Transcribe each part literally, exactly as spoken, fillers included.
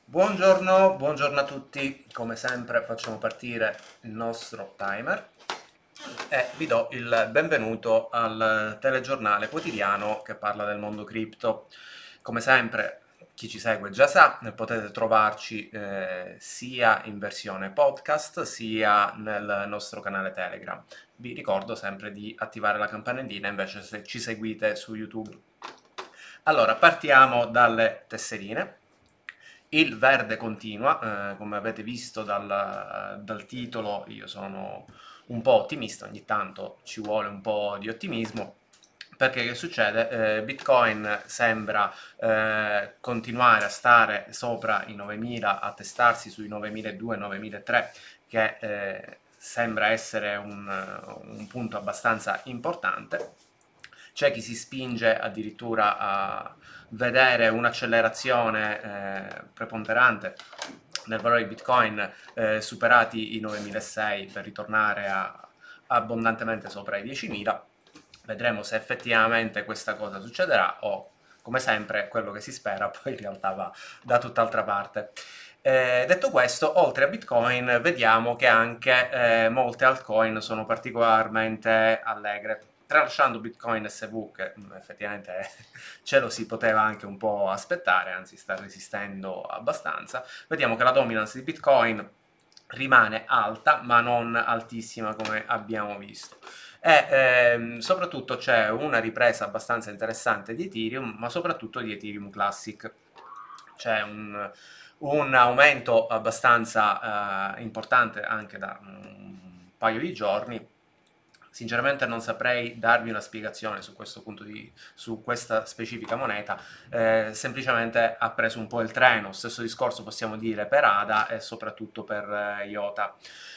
Buongiorno, buongiorno a tutti. Come sempre facciamo partire il nostro timer e vi do il benvenuto al telegiornale quotidiano che parla del mondo cripto. Come sempre, chi ci segue già sa, potete trovarci eh, sia in versione podcast sia nel nostro canale Telegram. Vi ricordo sempre di attivare la campanellina invece se ci seguite su YouTube. Allora, partiamo dalle tesserine. Il verde continua, eh, come avete visto dal, dal titolo, io sono un po' ottimista, ogni tanto ci vuole un po' di ottimismo, perché che succede? Eh, Bitcoin sembra eh, continuare a stare sopra i novemila, a testarsi sui novemiladuecento novemilatrecento, che eh, sembra essere un, un punto abbastanza importante. C'è chi si spinge addirittura a vedere un'accelerazione eh, preponderante nel valore di Bitcoin eh, superati i novemilaseicento per ritornare a, abbondantemente sopra i diecimila. Vedremo se effettivamente questa cosa succederà o, come sempre, quello che si spera poi in realtà va da tutt'altra parte. Eh, detto questo, oltre a Bitcoin, vediamo che anche eh, molte altcoin sono particolarmente allegre. Tralasciando Bitcoin S V, che mh, effettivamente ce lo si poteva anche un po' aspettare, anzi sta resistendo abbastanza, vediamo che la dominance di Bitcoin rimane alta, ma non altissima come abbiamo visto. E ehm, soprattutto c'è una ripresa abbastanza interessante di Ethereum, ma soprattutto di Ethereum Classic. C'è un, un aumento abbastanza eh, importante anche da un paio di giorni. Sinceramente non saprei darvi una spiegazione su questo punto di, su questa specifica moneta, eh, semplicemente ha preso un po' il treno. Stesso discorso possiamo dire per A D A e soprattutto per eh, IOTA.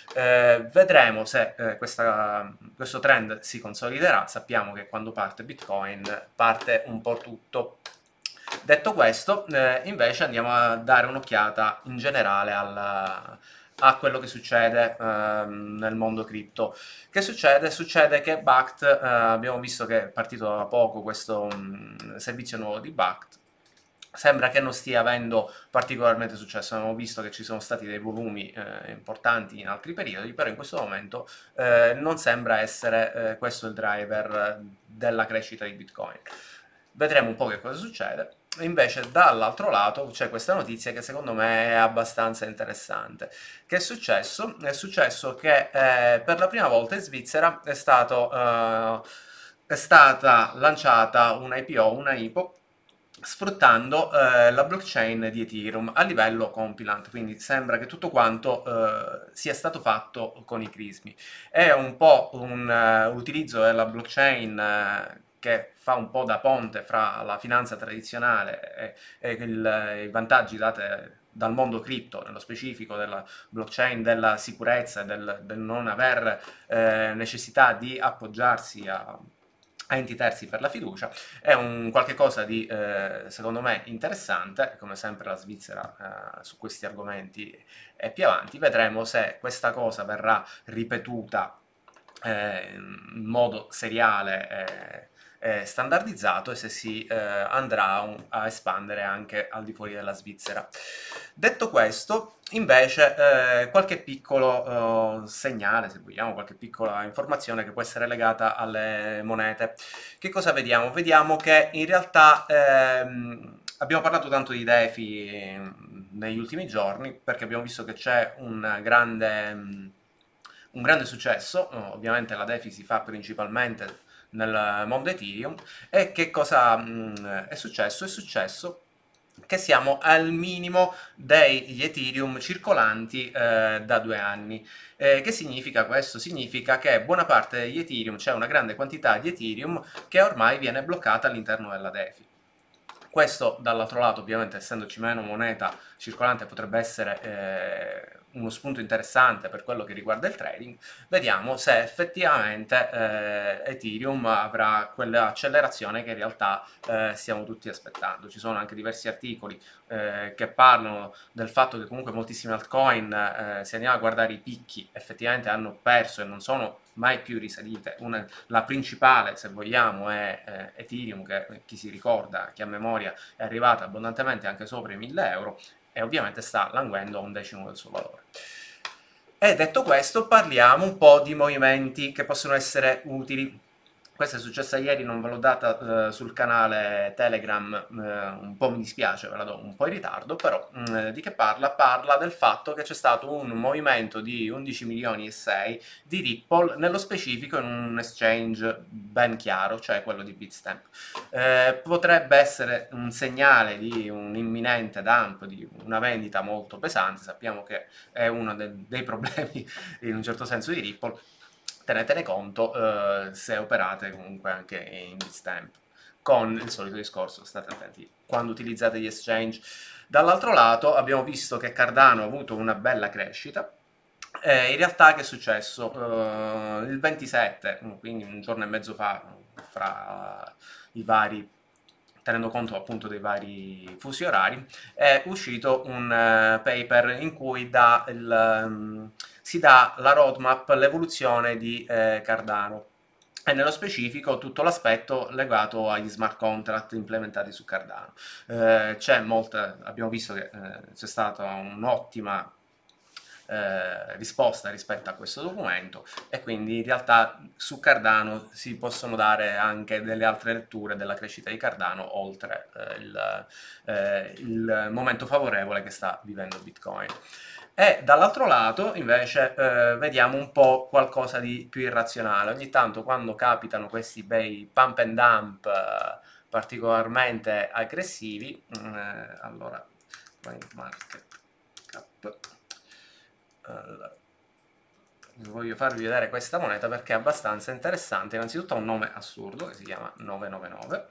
Eh, vedremo se eh, questa, questo trend si consoliderà. Sappiamo che quando parte Bitcoin parte un po' tutto. Detto questo, eh, invece andiamo a dare un'occhiata in generale al, a quello che succede ehm, nel mondo cripto. Che succede? Succede che Bakkt, eh, abbiamo visto che è partito da poco questo mh, servizio nuovo di Bakkt, sembra che non stia avendo particolarmente successo. Abbiamo visto che ci sono stati dei volumi eh, importanti in altri periodi, però in questo momento eh, non sembra essere eh, questo il driver della crescita di Bitcoin. Vedremo un po' che cosa succede. Invece dall'altro lato c'è questa notizia che secondo me è abbastanza interessante. Che è successo? È successo che eh, per la prima volta in Svizzera è, stato, eh, è stata lanciata una I P O, una I P O, sfruttando eh, la blockchain di Ethereum a livello compilant, quindi sembra che tutto quanto eh, sia stato fatto con i crismi. È un po' un uh, utilizzo della blockchain uh, che fa un po' da ponte fra la finanza tradizionale e, e il, i vantaggi dati dal mondo cripto, nello specifico della blockchain, della sicurezza e del, del non aver eh, necessità di appoggiarsi a a enti terzi per la fiducia. È un qualche cosa di, eh, secondo me, interessante. Come sempre la Svizzera eh, su questi argomenti è più avanti. Vedremo se questa cosa verrà ripetuta eh, in modo seriale e eh, standardizzato e se si eh, andrà un, a espandere anche al di fuori della Svizzera. Detto questo, invece, eh, qualche piccolo eh, segnale, se vogliamo, qualche piccola informazione che può essere legata alle monete. Che cosa vediamo? Vediamo che in realtà ehm, abbiamo parlato tanto di DeFi ehm, negli ultimi giorni perché abbiamo visto che c'è un grande, mm, un grande successo. Oh, ovviamente la DeFi si fa principalmente nel mondo Ethereum. E che cosa mh, è successo? È successo che siamo al minimo degli Ethereum circolanti eh, da due anni. Eh, che significa questo? Significa che buona parte degli Ethereum, c'è una grande quantità di Ethereum che ormai viene bloccata all'interno della DeFi. Questo dall'altro lato, ovviamente, essendoci meno moneta circolante, potrebbe essere eh, uno spunto interessante per quello che riguarda il trading. Vediamo se effettivamente eh, Ethereum avrà quell'accelerazione che in realtà eh, stiamo tutti aspettando. Ci sono anche diversi articoli eh, che parlano del fatto che comunque moltissime altcoin, eh, se andiamo a guardare i picchi, effettivamente hanno perso e non sono mai più risalite. Una, la principale, se vogliamo, è eh, Ethereum, che chi si ricorda, chi ha memoria, è arrivata abbondantemente anche sopra i mille euro, e ovviamente sta languendo a un decimo del suo valore. E detto questo, parliamo un po' di movimenti che possono essere utili. Questa è successa ieri, non ve l'ho data eh, sul canale Telegram, eh, un po' mi dispiace, ve la do un po' in ritardo, però mh, di che parla? Parla del fatto che c'è stato un movimento di undici milioni e sei di Ripple, nello specifico in un exchange ben chiaro, cioè quello di Bitstamp. Eh, potrebbe essere un segnale di un imminente dump, di una vendita molto pesante, sappiamo che è uno de dei problemi in un certo senso di Ripple. Tenetene conto eh, se operate comunque anche in Bitstamp. Con il solito discorso, state attenti quando utilizzate gli exchange. Dall'altro lato abbiamo visto che Cardano ha avuto una bella crescita. Eh, in realtà che è successo? Uh, il ventisette, quindi un giorno e mezzo fa, fra i vari, tenendo conto appunto dei vari fusi orari, è uscito un uh, paper in cui dà il, um, si dà la roadmap, l'evoluzione di eh, Cardano e nello specifico tutto l'aspetto legato agli smart contract implementati su Cardano. Eh, c'è molta, abbiamo visto che eh, c'è stata un'ottima eh, risposta rispetto a questo documento e quindi in realtà su Cardano si possono dare anche delle altre letture della crescita di Cardano oltre eh, il, eh, il momento favorevole che sta vivendo Bitcoin. E dall'altro lato invece eh, vediamo un po' qualcosa di più irrazionale. Ogni tanto quando capitano questi bei pump and dump eh, particolarmente aggressivi, eh, allora market cap, allora, voglio farvi vedere questa moneta perché è abbastanza interessante. Innanzitutto ha un nome assurdo che si chiama nove nove nove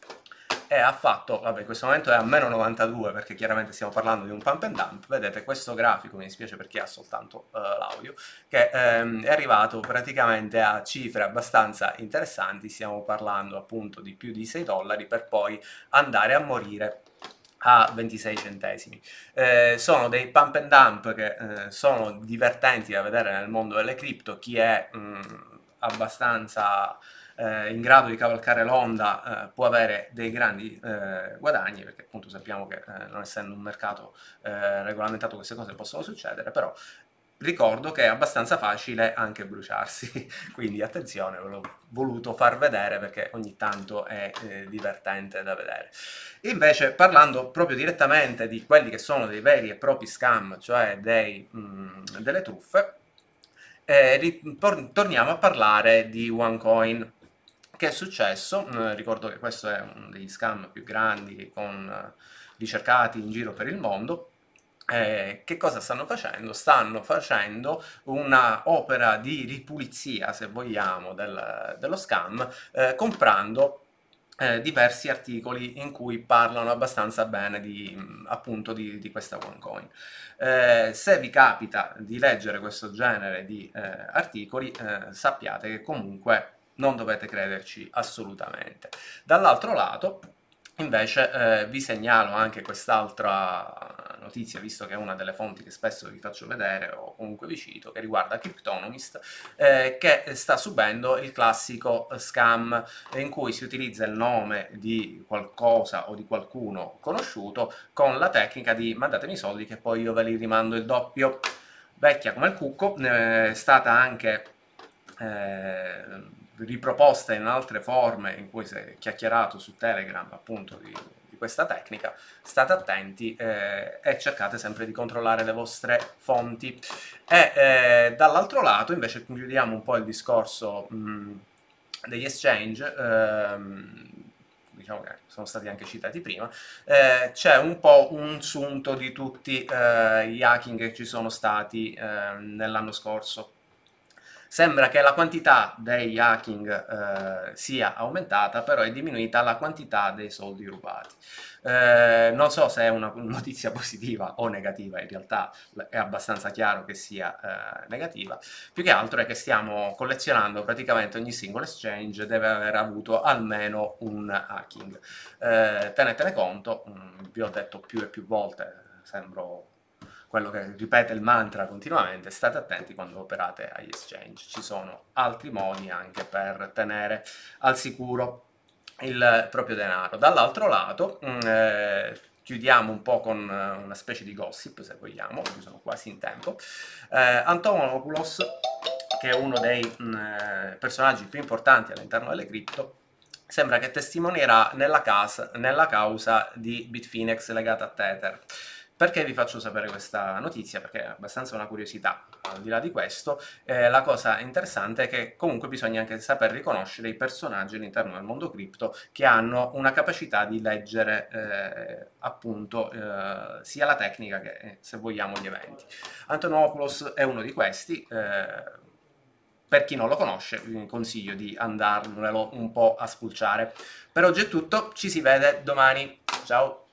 e ha fatto, vabbè in questo momento è a meno novantadue perché chiaramente stiamo parlando di un pump and dump. Vedete questo grafico, mi dispiace per chi ha soltanto uh, l'audio, che ehm, è arrivato praticamente a cifre abbastanza interessanti, stiamo parlando appunto di più di sei dollari per poi andare a morire a ventisei centesimi. Eh, sono dei pump and dump che eh, sono divertenti da vedere nel mondo delle cripto. Chi è mh, abbastanza eh, in grado di cavalcare l'onda eh, può avere dei grandi eh, guadagni, perché appunto sappiamo che eh, non essendo un mercato eh, regolamentato queste cose possono succedere, però ricordo che è abbastanza facile anche bruciarsi, quindi attenzione, ve l'ho voluto far vedere perché ogni tanto è eh, divertente da vedere. Invece, parlando proprio direttamente di quelli che sono dei veri e propri scam, cioè dei, mh, delle truffe, eh, torniamo a parlare di OneCoin. Che è successo? Eh, ricordo che questo è uno degli scam più grandi con, eh, ricercati in giro per il mondo. Eh, che cosa stanno facendo? Stanno facendo una opera di ripulizia, se vogliamo, del, dello scam, eh, comprando eh, diversi articoli in cui parlano abbastanza bene di, appunto, di, di questa OneCoin. Eh, se vi capita di leggere questo genere di eh, articoli, eh, sappiate che comunque non dovete crederci assolutamente. Dall'altro lato, invece, eh, vi segnalo anche quest'altra notizia, visto che è una delle fonti che spesso vi faccio vedere o comunque vi cito, che riguarda Cryptonomist, eh, che sta subendo il classico scam in cui si utilizza il nome di qualcosa o di qualcuno conosciuto con la tecnica di mandatemi i soldi che poi io ve li rimando il doppio. Vecchia come il cucco, è stata anche eh, riproposta in altre forme in cui si è chiacchierato su Telegram appunto di, di questa tecnica. State attenti eh, e cercate sempre di controllare le vostre fonti. E eh, dall'altro lato invece chiudiamo un po' il discorso mh, degli exchange, ehm, diciamo che sono stati anche citati prima. Eh, c'è un po' un sunto di tutti eh, gli hacking che ci sono stati eh, nell'anno scorso. Sembra che la quantità degli hacking eh, sia aumentata, però è diminuita la quantità dei soldi rubati. Eh, non so se è una notizia positiva o negativa, in realtà è abbastanza chiaro che sia eh, negativa. Più che altro è che stiamo collezionando praticamente ogni singolo exchange deve aver avuto almeno un hacking. Eh, tenetene conto, mh, vi ho detto più e più volte, sembro quello che ripete il mantra continuamente, state attenti quando operate agli exchange, ci sono altri modi anche per tenere al sicuro il proprio denaro. Dall'altro lato, eh, chiudiamo un po' con eh, una specie di gossip, se vogliamo, perché sono quasi in tempo. Eh, Antonopoulos, che è uno dei mh, eh, personaggi più importanti all'interno delle cripto, sembra che testimonierà nella, casa, nella causa di Bitfinex legata a Tether. Perché vi faccio sapere questa notizia? Perché è abbastanza una curiosità. Al di là di questo, eh, la cosa interessante è che comunque bisogna anche saper riconoscere i personaggi all'interno del mondo cripto che hanno una capacità di leggere eh, appunto eh, sia la tecnica che, eh, se vogliamo, gli eventi. Antonopoulos è uno di questi. Eh, per chi non lo conosce, vi consiglio di andarvelo un po' a spulciare. Per oggi è tutto, ci si vede domani. Ciao!